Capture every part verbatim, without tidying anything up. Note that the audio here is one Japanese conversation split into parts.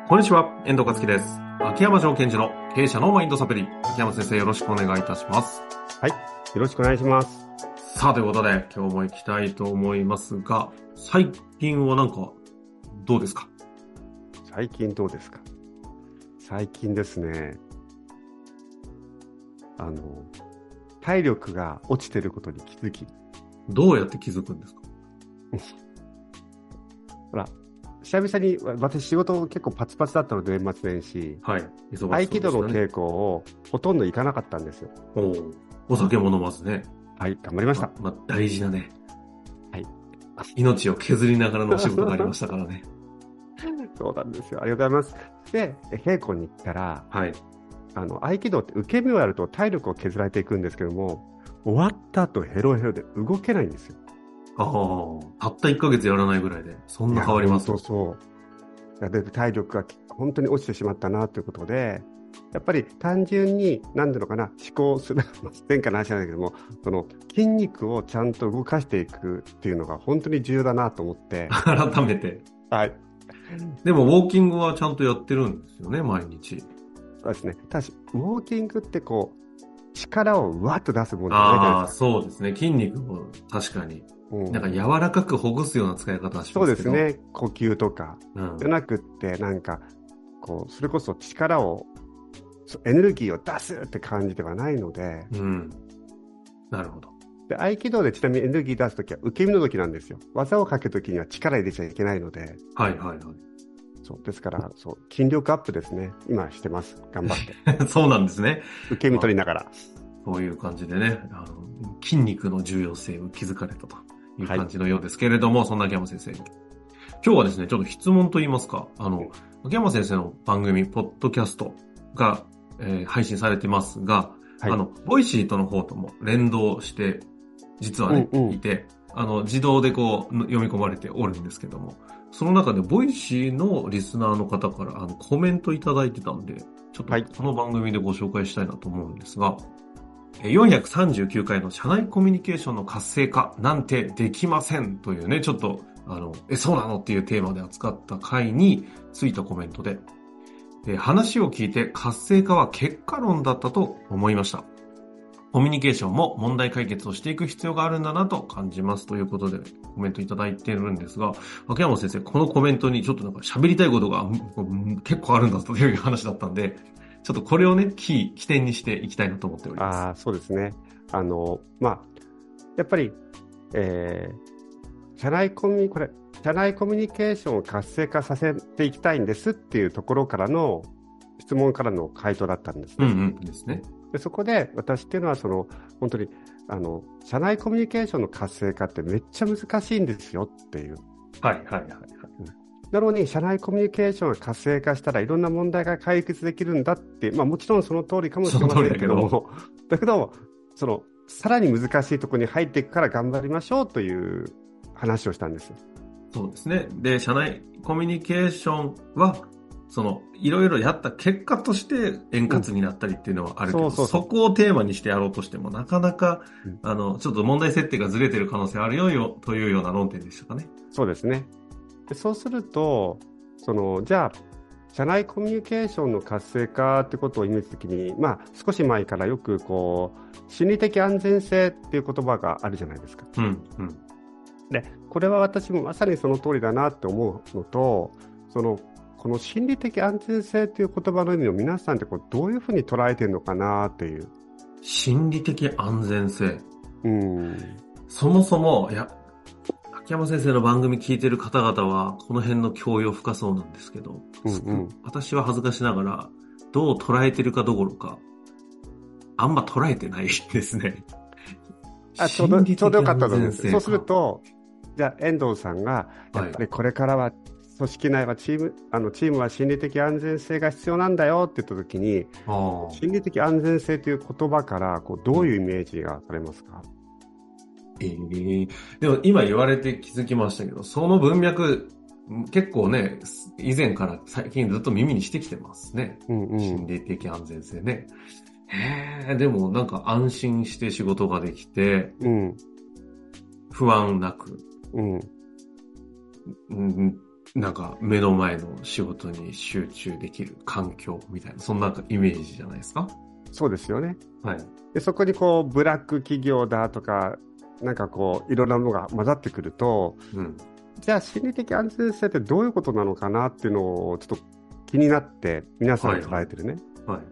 こんにちは、遠藤和樹です。秋山城賢治の経営者のマインドサプリ。秋山先生、よろしくお願いいたします。 はい、よろしくお願いします。 さあ、ということで、今日も行きたいと思いますが、最近はなんか、どうですか？ 最近どうですか？最近ですね、あの、体力が落ちてることに気づき。 どうやって気づくんですか？ ほら、久々に私仕事結構パツパツだったので年末年始、 はい、忙しそうですね。 合気道の稽古をほとんど行かなかったんですよ。 おお酒も飲まずね。 はい、頑張りました。 ま、まあ、大事なね。 はい。 命を削りながらのお仕事がありましたからね。 そうなんですよ。ありがとうございます。で、稽古に行ったら、 はい。 あの、合気道って受け身をやると体力を削られていくんですけども、終わった後ヘロヘロで動けないんですよ。 ああ、たったいっかげつやらないぐらいで、そんな変わります？ そうそう。で体力が本当に落ちてしまったなということで、やっぱり単純に何ていうのかな、思考する前回の話なんだけども、その筋肉をちゃんと動かしていくっていうのが本当に重要だなと思って改めて。 はい。 でもウォーキングはちゃんとやってるんですよね、毎日。 そうですね。ただしウォーキングってこう力をうわっと出すもんじゃないじゃないですか。 ああ、そうですね。筋肉も確かに、うん、なんか柔らかくほぐすような使い方はしますけど。 そうですね。呼吸とか、 うん、 じゃなくってなんかこうそれこそ力をエネルギーを出すって感じではないので、 うん、なるほど。 で合気道でちなみにエネルギー出すときは受け身の時なんですよ。技をかけるときには力入れちゃいけないので。 はいはいはい。 そうですからそう筋力アップですね。今してます。頑張って。 そうなんですね。 受け身取りながら。 そういう感じでね、あの筋肉の重要性を気づかれたという感じのようですけれども、はい、そんな秋山先生。今日はですね、ちょっと質問といいますか、あの、秋山先生の番組、ポッドキャストが、えー、配信されてますが、はい、あの、ボイシーとの方とも連動して、実はね、うんうん、いて、あの、自動でこう、読み込まれておるんですけども、その中で、ボイシーのリスナーの方から、あの、コメントいただいてたんで、ちょっとこの番組でご紹介したいなと思うんですが、はい、よんひゃくさんじゅうきゅうかいの社内コミュニケーションの活性化なんてできませんというね、ちょっと、あの、え、そうなのっていうテーマで扱った回についたコメントで、で、話を聞いて活性化は結果論だったと思いました。コミュニケーションも問題解決をしていく必要があるんだなと感じますということでコメントいただいているんですが、秋山先生、このコメントにちょっとなんか喋りたいことが結構あるんだという話だったんで、ちょっとこれをね、キー、起点にしていきたいなと思っております。 ああ、そうですね。あの、まあ、やっぱり、えー、社内コミュ、これ、社内コミュニケーションを活性化させていきたいんですっていうところからの質問からの回答だったんですね。 うんうんですね。 でそこで私っていうのはその本当にあの社内コミュニケーションの活性化ってめっちゃ難しいんですよっていう。 はいはいはいはい。 なのに社内コミュニケーションが活性化したらいろんな問題が解決できるんだって、まあもちろんその通りかもしれませんけども、だけどそのさらに難しいところに入っていくから頑張りましょうという話をしたんですよ。 そうですね。で、社内コミュニケーションはそのいろいろやった結果として円滑になったりっていうのはあるけど、うん、そうそうそう、そこをテーマにしてやろうとしてもなかなか、うん、あのちょっと問題設定がずれてる可能性あるよよというような論点でしたかね。 そうですね。でそうするとそのじゃあ社内コミュニケーションの活性化ってことをイメージ的に、まあ、少し前からよくこう心理的安全性っていう言葉があるじゃないですか。 うんうん、 でこれは私もまさにその通りだなって思うのと、そのこの心理的安全性という言葉の意味を皆さんってこうどういうふうに捉えてるのかなっていう。 心理的安全性。 うん。 そもそも、いや、秋山先生の番組聞いてる方々はこの辺の教養深そうなんですけど、うんうん、私は恥ずかしながらどう捉えてるかどころか、あんま捉えてないですね。 あ、ちょうど、ちょうどよかったと思います。そうすると、じゃあ遠藤さんが、やっぱりこれからは組織内はチーム、あのチームは心理的安全性が必要なんだよって言ったときに、心理的安全性という言葉からこうどういうイメージがされますか？ えー、でも今言われて気づきましたけど、その文脈結構ね、以前から最近ずっと耳にしてきてますね。うんうん、心理的安全性ね。へー、でもなんか安心して仕事ができて、うん、不安なく、うんうん、 なんか目の前の仕事に集中できる環境みたいな、そんなイメージじゃないですか。 そうですよね。 はい。 で、そこにこう、ブラック企業だとか、なんかこう、いろんなものが混ざってくると、うん、じゃあ心理的安全性ってどういうことなのかなっていうのをちょっと気になって、皆さん捉えてるね。はい、はいはい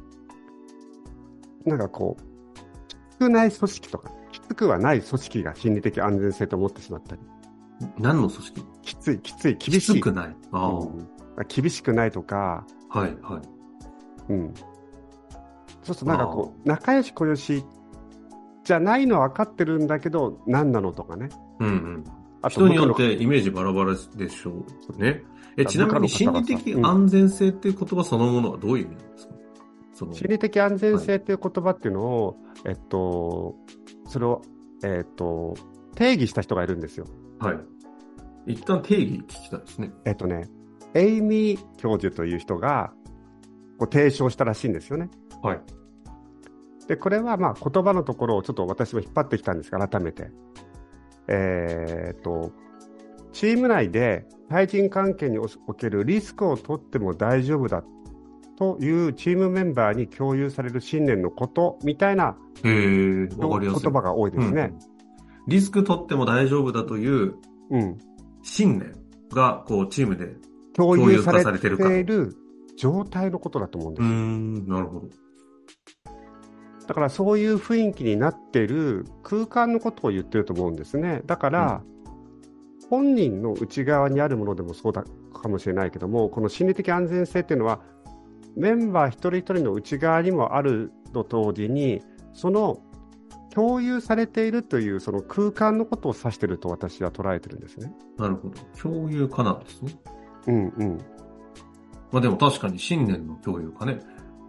、なんかこう、きつくない組織とか、きつくはない組織が心理的安全性と思ってしまったり。 何の組織？ きつい、きつい、厳しい。 きつくない。あ、うん、 厳しくないとか。 はい、はい。 うん。そうするとなんかこう、仲良し小良しじゃないのは分かってるんだけど、何なのとかね。 うんうん。あと人によってイメージバラバラでしょうね。え、ちなみに心理的安全性っていう言葉そのものはどういう意味なんですか？その心理的安全性っていう言葉っていうのを、はい、えっと、それを、えっと、定義した人がいるんですよ。 はい。一旦定義聞きたいですね。 えっとね、エイミー教授という人がこう提唱したらしいんですよね。 はい。 で、これはまあ言葉のところをちょっと私も引っ張ってきたんですが、改めて。えー、っと、チーム内で対人関係におけるリスクを取っても大丈夫だというチームメンバーに共有される信念のことみたいな言葉が多いですね、うん。 リスク取っても大丈夫だという信念がこうチームで共有されている状態のことだと思うんですよ。 うーん、なるほど。 だからそういう雰囲気になっている空間のことを言ってると思うんですね。だから、うん、本人の内側にあるものでもそうだかもしれないけども、この心理的安全性っていうのはメンバー一人一人の内側にもあると同時に、その共有されているというその空間のことを指していると私は捉えてるんですね。 なるほど。共有かなんですね。 うんうん。 まあでも確かに信念の共有かね。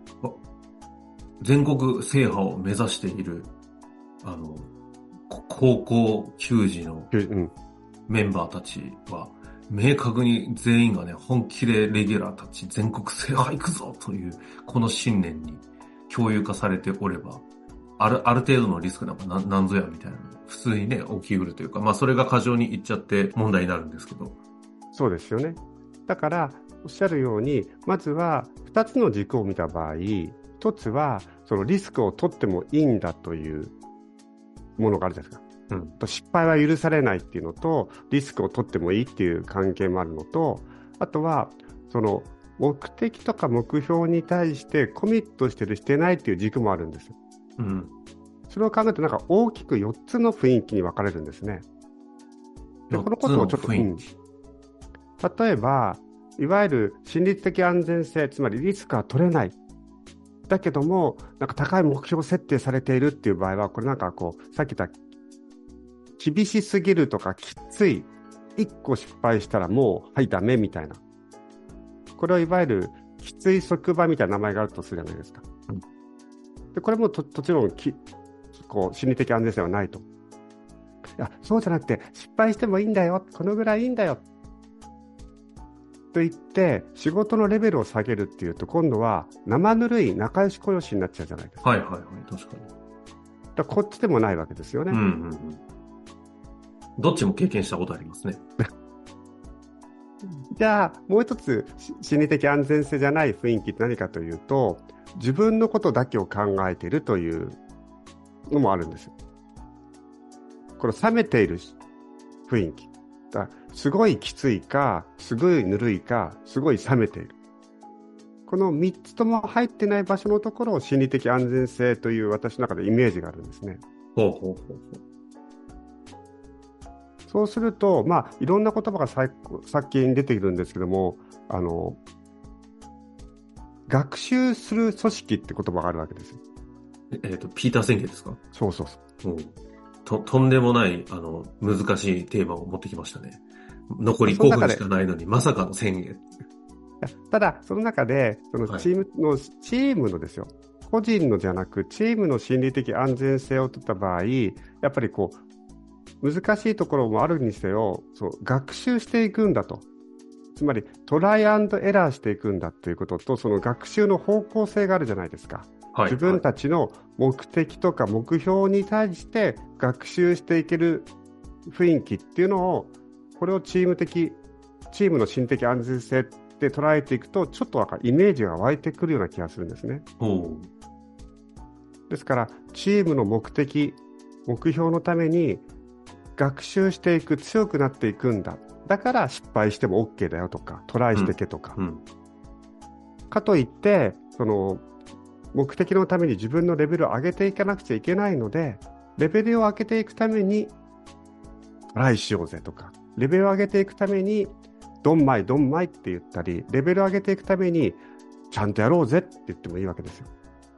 全国制覇を目指している、あの、高校球児のメンバーたちは、明確に全員がね、本気でレギュラーたち全国制覇行くぞという、この信念に共有化されておれば、ある、ある程度のリスクなんかな、なんぞやみたいな、普通にね、起きうるというか、まあそれが過剰にいっちゃって問題になるんですけど。 そうですよね。だから、おっしゃるように、まずは二つの軸を見た場合、一つはそのリスクを取ってもいいんだというものがあるじゃないですか、うん、と失敗は許されないっていうのと、リスクを取ってもいいっていう関係もあるのと、あとはその目的とか目標に対してコミットしてるしてないっていう軸もあるんですよ、うん、それを考えるとなんか大きくよっつの雰囲気に分かれるんですね。でこのことをちょっと、うん、例えばいわゆる心理的安全性、つまりリスクは取れないだけども、なんか高い目標設定されているっていう場合は、これなんかこう、さっき言った厳しすぎるとかきつい、いっこ失敗したらもう、はい、ダメみたいな。これはいわゆるきつい職場みたいな名前があるとするじゃないですか。うん、でこれもと、もちろんきこう心理的安全性はないと。いや、そうじゃなくて、失敗してもいいんだよ、このぐらいいいんだよ。と言って仕事のレベルを下げるっていうと、今度は生ぬるい仲良し小良しになっちゃうじゃないですか。 はいはいはい、確かに。 だこっちでもないわけですよね。うんうんうん。 どっちも経験したことありますね。 じゃあもう一つ心理的安全性じゃない雰囲気って何かというと、自分のことだけを考えているというのもあるんですよ。これ冷めている雰囲気だ、すごいきついか、すごいぬるいか、すごい冷めている。このみっつとも入ってない場所のところを心理的安全性という私の中でイメージがあるんですね。 ほうほうほうほう。 そうすると、まあ、いろんな言葉がさっきに出ているんですけども、あの、学習する組織って言葉があるわけですよ。 えっ、ー、と、ピーター宣言ですか？ そうそうそう。 うん、と, とんでもない、あの、難しいテーマを持ってきましたね。残りごふんしかないのに、まさかの宣言。 ただ、その中で、そのチームの、はい、チームのですよ、個人のじゃなく、チームの心理的安全性を取った場合、やっぱりこう、難しいところもあるにせよ、そう、学習していくんだと。つまり、トライアンドエラーしていくんだということと、その学習の方向性があるじゃないですか。はい、自分たちの目的とか目標に対して学習していける雰囲気っていうのを、これをチーム的チームの心理的安全性って捉えていくと、ちょっとなんかイメージが湧いてくるような気がするんですね。ですからチームの目的、目標のために学習していく、強くなっていくんだ、だから失敗しても OK だよとか、トライしてけとか、うんうん、かといってその目的のために自分のレベルを上げていかなくちゃいけないので、レベルを上げていくためにトライしようぜとか、レベルを上げていくためにドンマイドンマイって言ったり、レベルを上げていくためにちゃんとやろうぜって言ってもいいわけですよ。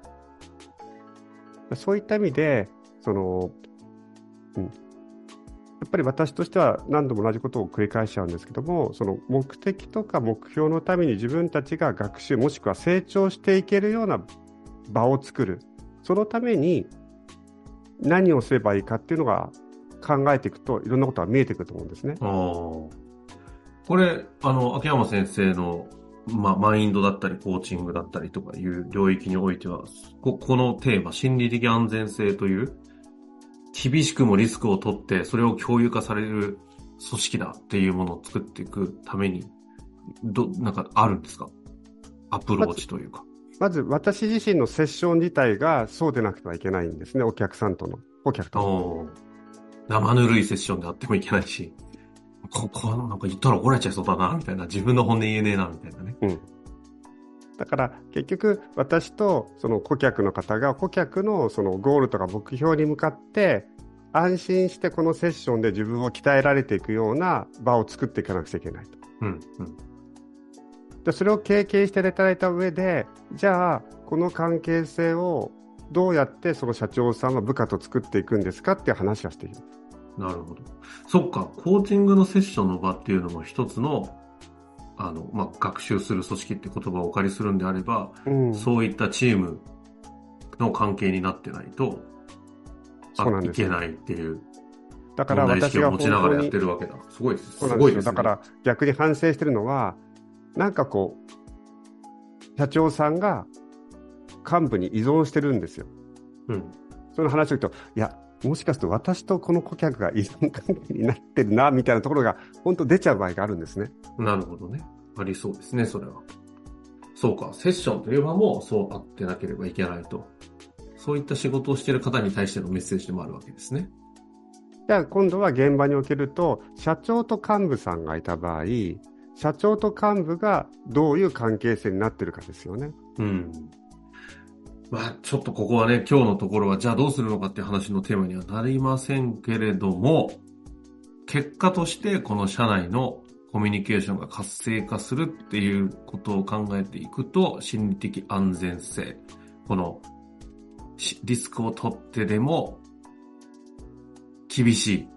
そういった意味でその、うん、やっぱり私としては何度も同じことを繰り返しちゃうんですけども、その目的とか目標のために自分たちが学習もしくは成長していけるような場を作る、そのために何をすればいいかっていうのが考えていくと、いろんなことが見えてくると思うんですね。 あ、これあの秋山先生の、まあ、マインドだったりコーチングだったりとかいう領域においては、こ, このテーマ、心理的安全性という厳しくもリスクを取ってそれを共有化される組織だっていうものを作っていくためにどなんかあるんですか、アプローチというか。 まず私自身のセッション自体がそうでなくてはいけないんですね。お客さんとのお客との生ぬるいセッションであってもいけないし、ここなんか言ったら怒られちゃいそうだなみたいな、自分の本音言えねえなみたいなね、うん、 だから結局私とその顧客の方が顧客のそのゴールとか目標に向かって安心してこのセッションで自分を鍛えられていくような場を作っていかなくちゃいけないと、うんうん、でそれを経験していただいた上で、じゃあこの関係性をどうやってその社長さんは部下と作っていくんですかっていう話をしている。 なるほど。そっか、コーチングのセッションの場っていうのも一つのあの、まあ、学習する組織って言葉をお借りするんであれば、うん、そういったチームの関係になってないとそうなんですいけないっていう。 だから私が持ちながらやってるわけだ。すごいです。 そうなんですよ。だから逆に反省してるのは、なんかこう社長さんが幹部に依存してるんですよ。うん。その話を聞くと、いやもしかすると私とこの顧客が依存関係になってるなみたいなところが本当出ちゃう場合があるんですね。 なるほどね。ありそうですね、それは。そうか、セッションという場もそうあってなければいけないと。そういった仕事をしている方に対してのメッセージでもあるわけですね。 じゃあ今度は現場におけると、社長と幹部さんがいた場合、社長と幹部がどういう関係性になってるかですよね。うん。 まあちょっとここはね、今日のところはじゃあどうするのかっていう話のテーマにはなりませんけれども、結果としてこの社内のコミュニケーションが活性化するっていうことを考えていくと、心理的安全性、このリスクを取ってでも厳しい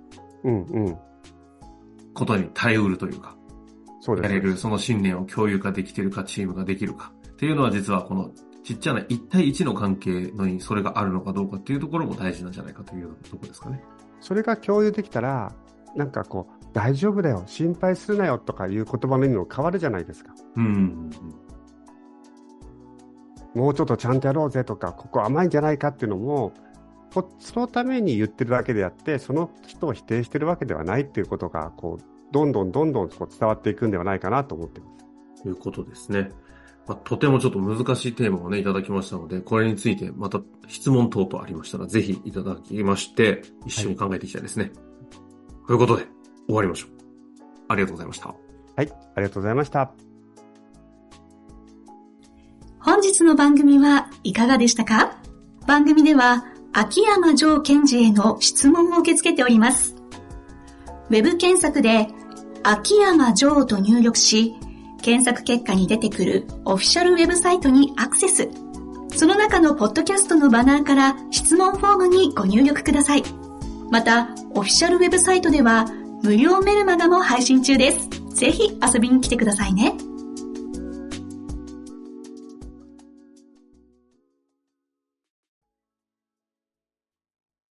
ことに耐えうるというか、うんうん、やれるその信念を共有化できているか、チームができるかっていうのは、実はこのちっちゃな一対一の関係のにそれがあるのかどうかっていうところも大事なんじゃないかというところですかね。 それが共有できたら、なんかこう大丈夫だよ、心配するなよとかいう言葉の意味も変わるじゃないですか。うん、うん、もうちょっとちゃんとやろうぜとか、ここ甘いんじゃないかっていうのも、そのために言ってるだけであって、その人を否定してるわけではないっていうことが、こうどんどんどんどんこう伝わっていくんではないかなと思っています。 ということですね。まあ、とてもちょっと難しいテーマをねいただきましたので、これについてまた質問等々ありましたらぜひいただきまして一緒に考えていきたいですね。はい、ということで終わりましょう。ありがとうございました。 はい、ありがとうございました。 本日の番組はいかがでしたか？番組では秋山城賢治への質問を受け付けております。ウェブ検索で秋山城と入力し、検索結果に出てくるオフィシャルウェブサイトにアクセス。その中のポッドキャストのバナーから質問フォームにご入力ください。また、オフィシャルウェブサイトでは無料メルマガも配信中です。ぜひ遊びに来てくださいね。